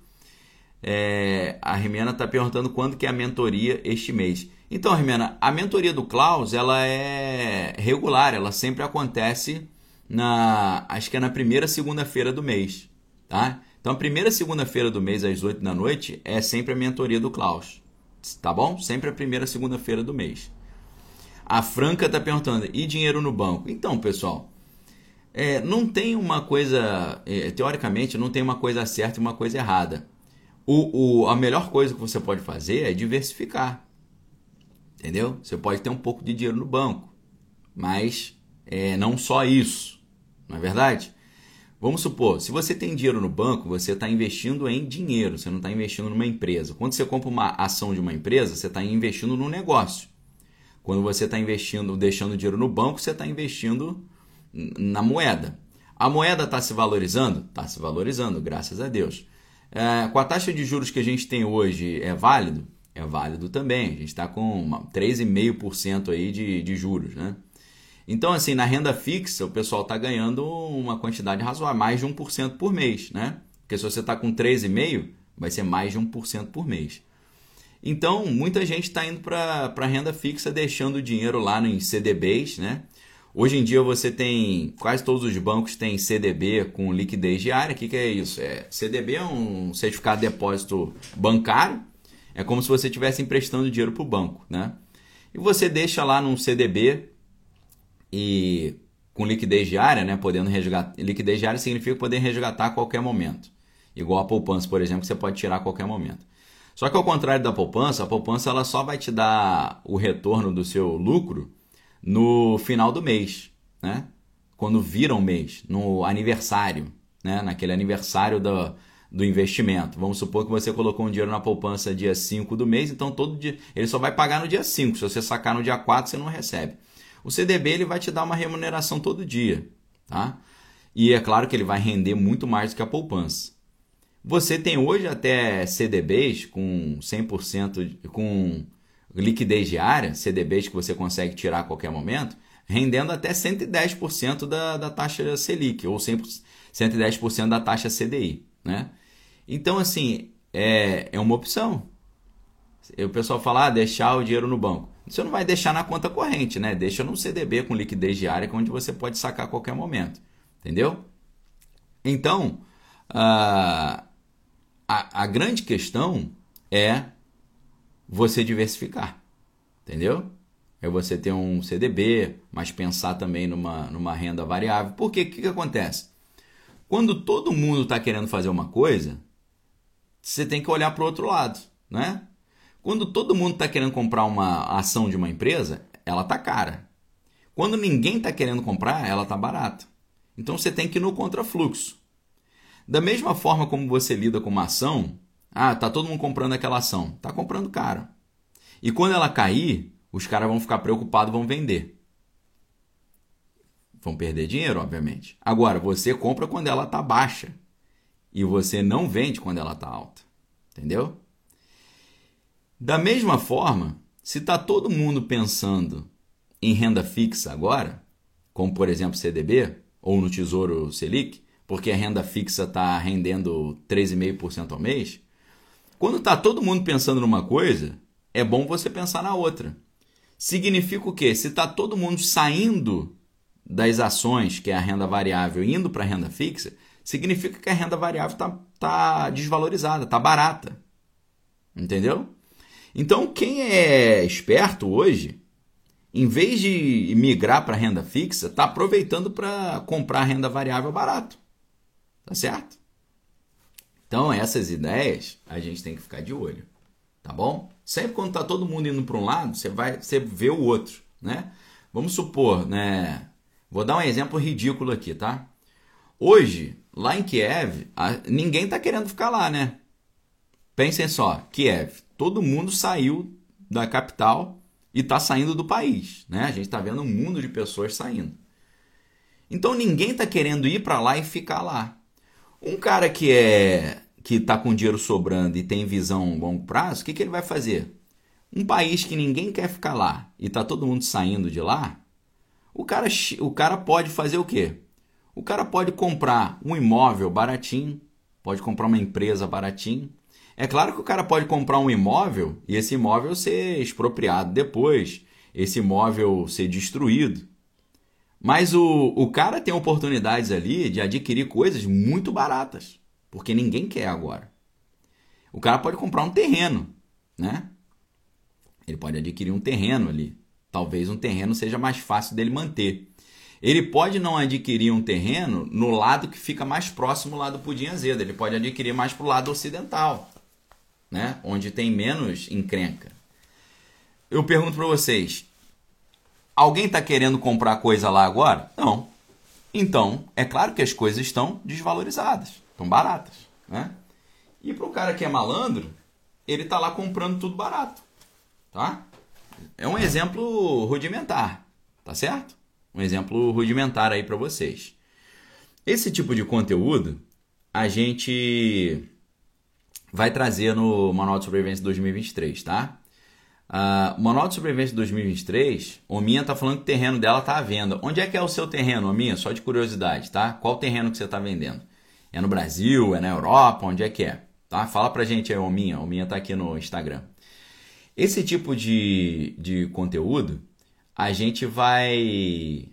A Rimena está perguntando quando que é a mentoria este mês. Então, Rimena, a mentoria do Klaus, ela é regular, ela sempre acontece acho que é na primeira segunda-feira do mês. Tá? Então, a primeira segunda-feira do mês, às 8 da noite, é sempre a mentoria do Klaus. Tá bom? Sempre a primeira segunda-feira do mês. A Franca está perguntando, e dinheiro no banco? Então, pessoal, não tem uma coisa, teoricamente, não tem uma coisa certa e uma coisa errada. A melhor coisa que você pode fazer é diversificar. Entendeu? Você pode ter um pouco de dinheiro no banco, mas não só isso. Não é verdade? Vamos supor, se você tem dinheiro no banco, você está investindo em dinheiro, você não está investindo numa empresa. Quando você compra uma ação de uma empresa, você está investindo num negócio. Quando você está investindo, deixando dinheiro no banco, você está investindo na moeda. A moeda está se valorizando? Está se valorizando, graças a Deus. Com a taxa de juros que a gente tem hoje, é válido? É válido também. A gente está com 3,5% aí de juros, né? Então, assim, na renda fixa, o pessoal está ganhando uma quantidade razoável, mais de 1% por mês, né? Porque se você está com 3,5%, vai ser mais de 1% por mês. Então, muita gente está indo para a renda fixa, deixando o dinheiro lá em CDBs, né? Hoje em dia você tem, quase todos os bancos têm CDB com liquidez diária. O que é isso? CDB é um certificado de depósito bancário, é como se você estivesse emprestando dinheiro para o banco, né? E você deixa lá num CDB e com liquidez diária, né? Podendo resgatar. Liquidez diária significa poder resgatar a qualquer momento. Igual a poupança, por exemplo, que você pode tirar a qualquer momento. Só que ao contrário da poupança, a poupança ela só vai te dar o retorno do seu lucro no final do mês, né? Quando vira um mês, no aniversário, né? Naquele aniversário do investimento. Vamos supor que você colocou um dinheiro na poupança dia 5 do mês, então todo dia ele só vai pagar no dia 5. Se você sacar no dia 4, você não recebe. O CDB ele vai te dar uma remuneração todo dia, tá? E é claro que ele vai render muito mais do que a poupança. Você tem hoje até CDBs com 100%, com liquidez diária, CDBs que você consegue tirar a qualquer momento, rendendo até 110% da taxa Selic, ou 110% da taxa CDI, né? Então, assim, é uma opção. O pessoal fala, deixar o dinheiro no banco. Você não vai deixar na conta corrente, né? Deixa no CDB com liquidez diária, onde você pode sacar a qualquer momento. Entendeu? Então, a grande questão é você diversificar. Entendeu? É você ter um CDB, mas pensar também numa renda variável. Porque o que acontece? Quando todo mundo está querendo fazer uma coisa, você tem que olhar para o outro lado, né? Quando todo mundo está querendo comprar uma ação de uma empresa, ela está cara. Quando ninguém está querendo comprar, ela está barata. Então você tem que ir no contrafluxo. Da mesma forma como você lida com uma ação, está todo mundo comprando aquela ação, está comprando caro. E quando ela cair, os caras vão ficar preocupados, vão vender. Vão perder dinheiro, obviamente. Agora, você compra quando ela está baixa e você não vende quando ela está alta. Entendeu? Da mesma forma, se está todo mundo pensando em renda fixa agora, como por exemplo CDB ou no Tesouro Selic, porque a renda fixa está rendendo 3,5% ao mês, quando está todo mundo pensando numa coisa, é bom você pensar na outra. Significa o quê? Se está todo mundo saindo das ações, que é a renda variável, indo para a renda fixa, significa que a renda variável está desvalorizada, está barata. Entendeu? Então, quem é esperto hoje, em vez de migrar para a renda fixa, está aproveitando para comprar renda variável barato. Tá certo? Então, essas ideias a gente tem que ficar de olho. Tá bom? Sempre quando está todo mundo indo para um lado, você vê o outro, né? Vamos supor, né? Vou dar um exemplo ridículo aqui, tá? Hoje, lá em Kiev, ninguém está querendo ficar lá, né? Pensem só, Kiev, todo mundo saiu da capital e está saindo do país, né? A gente está vendo um mundo de pessoas saindo. Então ninguém está querendo ir para lá e ficar lá. Um cara que está com dinheiro sobrando e tem visão a longo prazo, o que ele vai fazer? Um país que ninguém quer ficar lá e está todo mundo saindo de lá, o cara pode fazer o quê? O cara pode comprar um imóvel baratinho, pode comprar uma empresa baratinho. É claro que o cara pode comprar um imóvel e esse imóvel ser expropriado depois, esse imóvel ser destruído. Mas o cara tem oportunidades ali de adquirir coisas muito baratas, porque ninguém quer agora. O cara pode comprar um terreno, né? Ele pode adquirir um terreno ali. Talvez um terreno seja mais fácil dele manter. Ele pode não adquirir um terreno no lado que fica mais próximo lá do Pudim Azedo. Ele pode adquirir mais para o lado ocidental, né? Onde tem menos encrenca. Eu pergunto para vocês, alguém está querendo comprar coisa lá agora? Não. Então, é claro que as coisas estão desvalorizadas, estão baratas, né? E para o cara que é malandro, ele está lá comprando tudo barato, tá? É um exemplo rudimentar, tá certo? Um exemplo rudimentar aí para vocês. Esse tipo de conteúdo a gente vai trazer no Manual de Sobrevivência 2023, tá? O Manual de Sobrevivência 2023, Ominha tá falando que o terreno dela tá à venda. Onde é que é o seu terreno, Ominha? Só de curiosidade, tá? Qual terreno que você tá vendendo? É no Brasil? É na Europa? Onde é que é? Tá? Fala pra gente aí, Ominha. Ominha tá aqui no Instagram. Esse tipo de conteúdo, a gente vai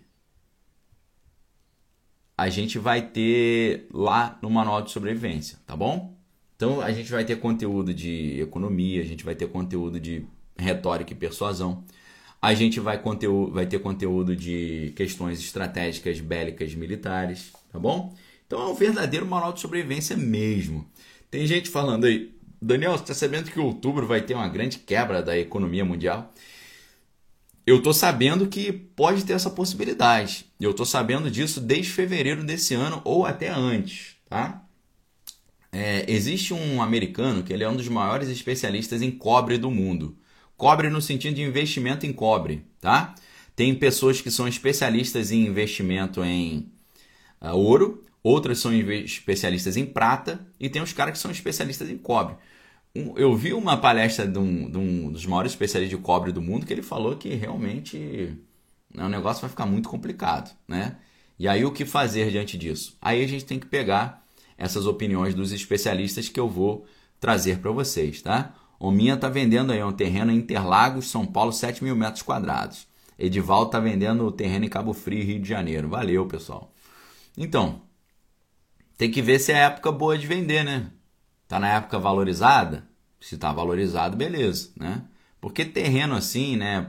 ter lá no Manual de Sobrevivência, tá bom? Então, a gente vai ter conteúdo de economia, a gente vai ter conteúdo de retórica e persuasão, a gente vai ter conteúdo de questões estratégicas, bélicas, militares, tá bom? Então, é um verdadeiro Manual de Sobrevivência mesmo. Tem gente falando aí, Daniel, você está sabendo que outubro vai ter uma grande quebra da economia mundial? Eu estou sabendo que pode ter essa possibilidade. Eu estou sabendo disso desde fevereiro desse ano ou até antes, tá? Existe um americano que ele é um dos maiores especialistas em cobre do mundo. Cobre no sentido de investimento em cobre, tá? Tem pessoas que são especialistas em investimento em ouro, outras são especialistas em prata e tem os caras que são especialistas em cobre. Eu vi uma palestra de um dos maiores especialistas de cobre do mundo que ele falou que realmente o negócio vai ficar muito complicado, né? E aí o que fazer diante disso? Aí a gente tem que pegar essas opiniões dos especialistas que eu vou trazer para vocês, tá? O Minha tá vendendo aí um terreno em Interlagos, São Paulo, 7 mil metros quadrados. Edivaldo tá vendendo o terreno em Cabo Frio, Rio de Janeiro. Valeu, pessoal. Então, tem que ver se é a época boa de vender, né? Tá na época valorizada? Se tá valorizado, beleza, né? Porque terreno assim, né?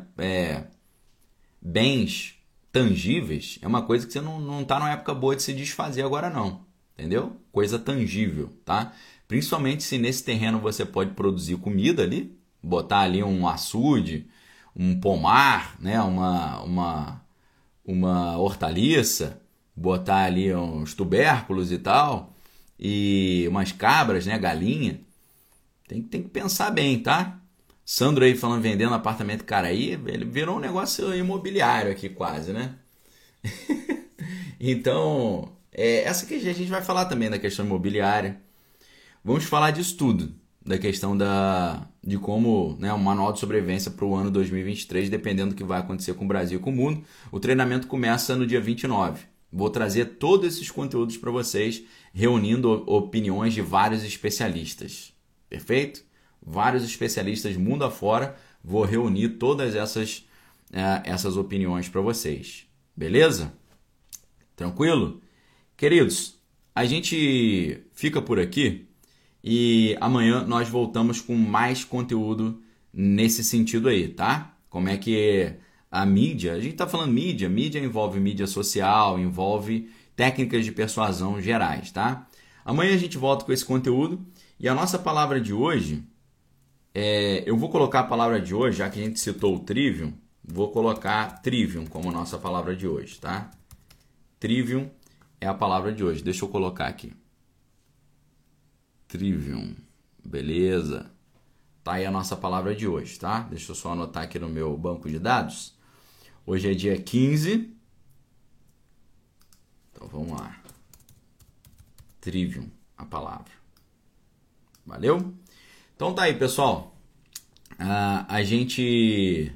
Bens tangíveis é uma coisa que você não tá numa época boa de se desfazer agora não, entendeu? Coisa tangível, tá? Principalmente se nesse terreno você pode produzir comida ali, botar ali um açude, um pomar, né? uma hortaliça, botar ali uns tubérculos e tal, e umas cabras, né? Galinha. Tem que pensar bem, tá? Sandro aí falando, vendendo apartamento Caraí, ele virou um negócio imobiliário aqui quase, né? Então, essa que a gente vai falar também da questão imobiliária. Vamos falar disso tudo, da questão de como, né, o manual de sobrevivência para o ano 2023, dependendo do que vai acontecer com o Brasil e com o mundo. O treinamento começa no dia 29. Vou trazer todos esses conteúdos para vocês, reunindo opiniões de vários especialistas. Perfeito? Vários especialistas mundo afora. Vou reunir todas essas opiniões para vocês. Beleza? Tranquilo? Queridos, a gente fica por aqui e amanhã nós voltamos com mais conteúdo nesse sentido aí, tá? Como é que a mídia, a gente tá falando mídia envolve mídia social, envolve técnicas de persuasão gerais, tá? Amanhã a gente volta com esse conteúdo e a nossa palavra de hoje, eu vou colocar a palavra de hoje, já que a gente citou o Trivium, vou colocar Trivium como nossa palavra de hoje, tá? Trivium é a palavra de hoje. Deixa eu colocar aqui. Trivium. Beleza. Tá aí a nossa palavra de hoje, tá? Deixa eu só anotar aqui no meu banco de dados. Hoje é dia 15 Então vamos lá. Trivium, a palavra. Valeu? Então tá aí, pessoal. A gente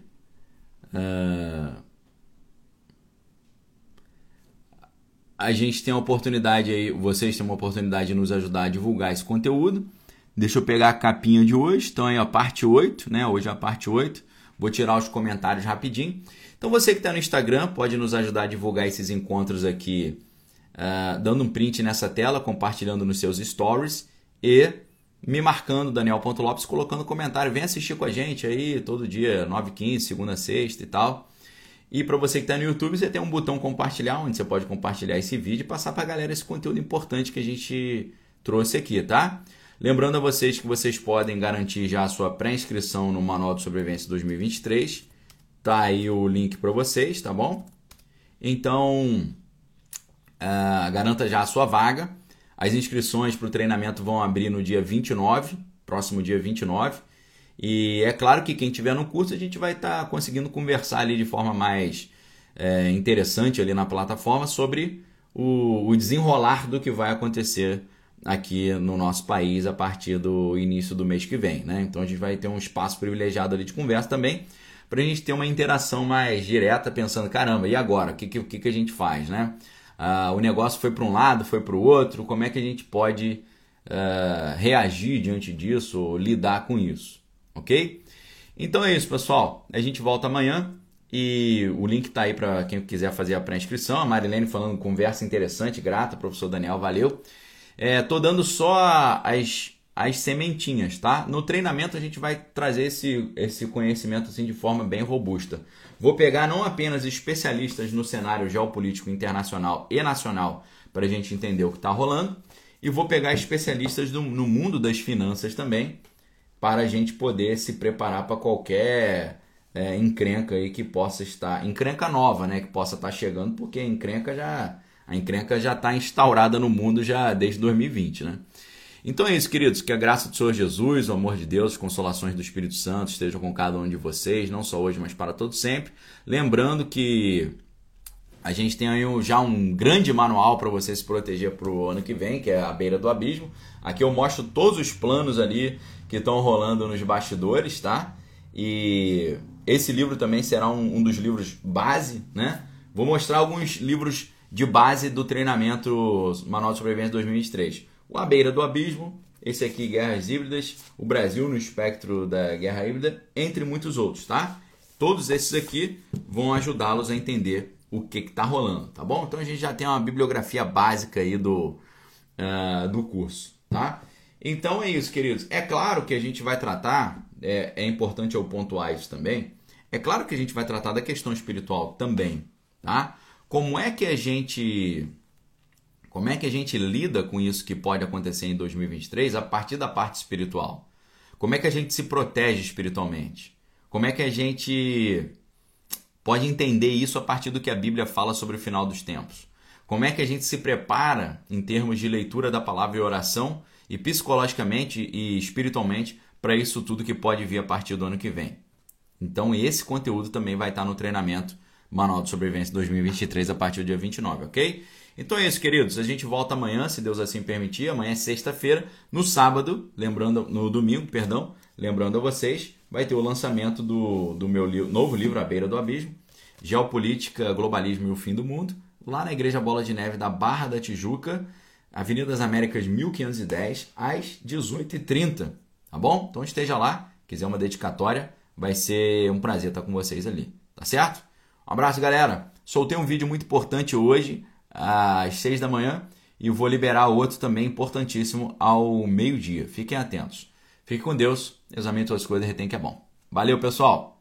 tem a oportunidade aí, vocês têm uma oportunidade de nos ajudar a divulgar esse conteúdo. Deixa eu pegar a capinha de hoje. Então aí a parte 8, né? Hoje é a parte 8. Vou tirar os comentários rapidinho. Então você que está no Instagram pode nos ajudar a divulgar esses encontros aqui, dando um print nessa tela, compartilhando nos seus stories e me marcando, Daniel.Lopes, colocando comentário. Vem assistir com a gente aí todo dia, 9h15, segunda a sexta e tal. E para você que está no YouTube, você tem um botão compartilhar, onde você pode compartilhar esse vídeo e passar para a galera esse conteúdo importante que a gente trouxe aqui, tá? Lembrando a vocês que vocês podem garantir já a sua pré-inscrição no Manual de Sobrevivência 2023. Tá aí o link para vocês, tá bom? Então, garanta já a sua vaga. As inscrições para o treinamento vão abrir no dia 29, próximo dia 29. E é claro que quem tiver no curso, a gente vai estar conseguindo conversar ali de forma mais interessante ali na plataforma sobre o desenrolar do que vai acontecer aqui no nosso país a partir do início do mês que vem, né? Então a gente vai ter um espaço privilegiado ali de conversa também, para a gente ter uma interação mais direta, pensando, caramba, e agora? O que a gente faz, né? O negócio foi para um lado, foi para o outro, como é que a gente pode reagir diante disso, ou lidar com isso, ok? Então é isso, pessoal. A gente volta amanhã e o link está aí para quem quiser fazer a pré-inscrição. A Marilene falando conversa interessante, grata, professor Daniel, valeu. Tô dando só as sementinhas, tá? No treinamento a gente vai trazer esse conhecimento assim, de forma bem robusta. Vou pegar não apenas especialistas no cenário geopolítico internacional e nacional para a gente entender o que está rolando, e vou pegar especialistas no mundo das finanças também, para a gente poder se preparar para qualquer encrenca aí que possa estar... Encrenca nova, né? Que possa estar chegando, porque a encrenca já está instaurada no mundo já desde 2020, né? Então é isso, queridos. Que a graça do Senhor Jesus, o amor de Deus, as consolações do Espírito Santo estejam com cada um de vocês, não só hoje, mas para todo sempre. Lembrando que a gente tem aí já um grande manual para você se proteger para o ano que vem, que é A Beira do Abismo. Aqui eu mostro todos os planos ali que estão rolando nos bastidores, tá? E esse livro também será um dos livros base, né? Vou mostrar alguns livros de base do treinamento Manual de Sobrevivência 2023. O A Beira do Abismo, esse aqui, Guerras Híbridas, o Brasil no espectro da guerra híbrida, entre muitos outros, tá? Todos esses aqui vão ajudá-los a entender o que está rolando, tá bom? Então a gente já tem uma bibliografia básica aí do curso, tá? Então é isso, queridos. É claro que a gente vai tratar, é importante eu pontuar isso também, é claro que a gente vai tratar da questão espiritual também, tá? Como é que a gente lida com isso que pode acontecer em 2023 a partir da parte espiritual? Como é que a gente se protege espiritualmente? Como é que a gente pode entender isso a partir do que a Bíblia fala sobre o final dos tempos? Como é que a gente se prepara em termos de leitura da palavra e oração e psicologicamente e espiritualmente para isso tudo que pode vir a partir do ano que vem? Então esse conteúdo também vai estar no treinamento Manual de Sobrevivência 2023 a partir do dia 29, ok? Então é isso, queridos. A gente volta amanhã, se Deus assim permitir. Amanhã é sexta-feira. No sábado, no domingo, lembrando a vocês, vai ter o lançamento do meu novo livro, A Beira do Abismo, Geopolítica, Globalismo e o Fim do Mundo, lá na Igreja Bola de Neve da Barra da Tijuca, Avenida das Américas 1510, às 18h30. Tá bom? Então esteja lá. Quiser uma dedicatória, vai ser um prazer estar com vocês ali. Tá certo? Um abraço, galera. Soltei um vídeo muito importante hoje, às 6 da manhã, e vou liberar outro também importantíssimo ao meio-dia. Fiquem atentos. Fique com Deus. Examine suas coisas e retém que é bom. Valeu, pessoal!